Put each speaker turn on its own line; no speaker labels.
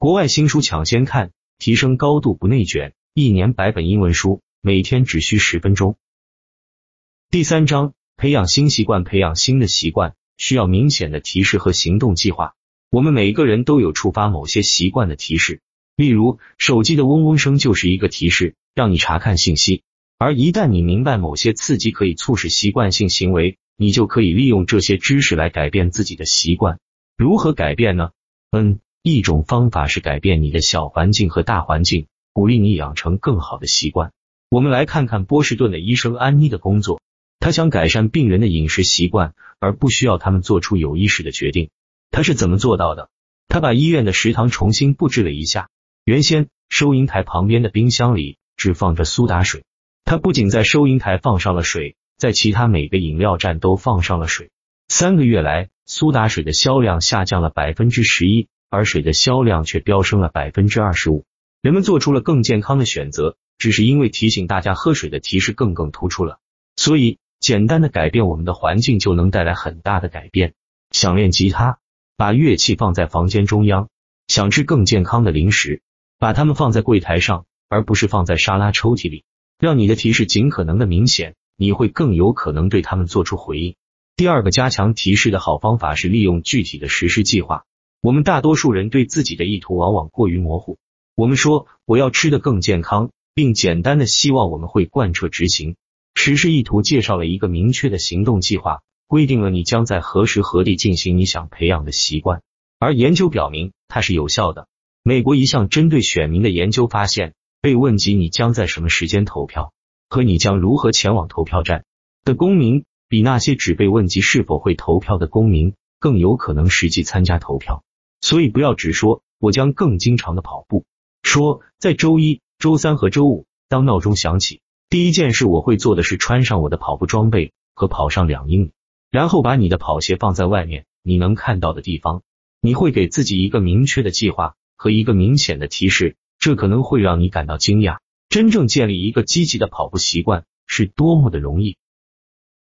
国外新书抢先看，提升高度不内卷，1年100本英文书，每天只需10分钟。第3章，培养新习惯。培养新的习惯需要明显的提示和行动计划。我们每个人都有触发某些习惯的提示，例如手机的嗡嗡声就是一个提示，让你查看信息。而一旦你明白某些刺激可以促使习惯性行为，你就可以利用这些知识来改变自己的习惯。如何改变呢？一种方法是改变你的小环境和大环境，鼓励你养成更好的习惯。我们来看看波士顿的医生安妮的工作。他想改善病人的饮食习惯，而不需要他们做出有意识的决定。他是怎么做到的？他把医院的食堂重新布置了一下。原先收银台旁边的冰箱里只放着苏打水，他不仅在收银台放上了水，在其他每个饮料站都放上了水。3个月来，苏打水的销量下降了 11%， 而水的销量却飙升了 25%。 人们做出了更健康的选择，只是因为提醒大家喝水的提示更突出了。所以简单的改变我们的环境就能带来很大的改变。想练吉他，把乐器放在房间中央。想吃更健康的零食，把它们放在柜台上，而不是放在沙拉抽屉里。让你的提示尽可能的明显，你会更有可能对它们做出回应。第2个加强提示的好方法是利用具体的实施计划。我们大多数人对自己的意图往往过于模糊。我们说我要吃得更健康，并简单的希望我们会贯彻执行。实施意图介绍了一个明确的行动计划，规定了你将在何时何地进行你想培养的习惯，而研究表明它是有效的。美国一项针对选民的研究发现，被问及你将在什么时间投票和你将如何前往投票站的公民，比那些只被问及是否会投票的公民更有可能实际参加投票。所以不要只说我将更经常的跑步，说在周一、周三和周五，当闹钟响起，第一件事我会做的是穿上我的跑步装备和跑上2英里，然后把你的跑鞋放在外面你能看到的地方。你会给自己一个明确的计划和一个明显的提示，这可能会让你感到惊讶。真正建立一个积极的跑步习惯是多么的容易。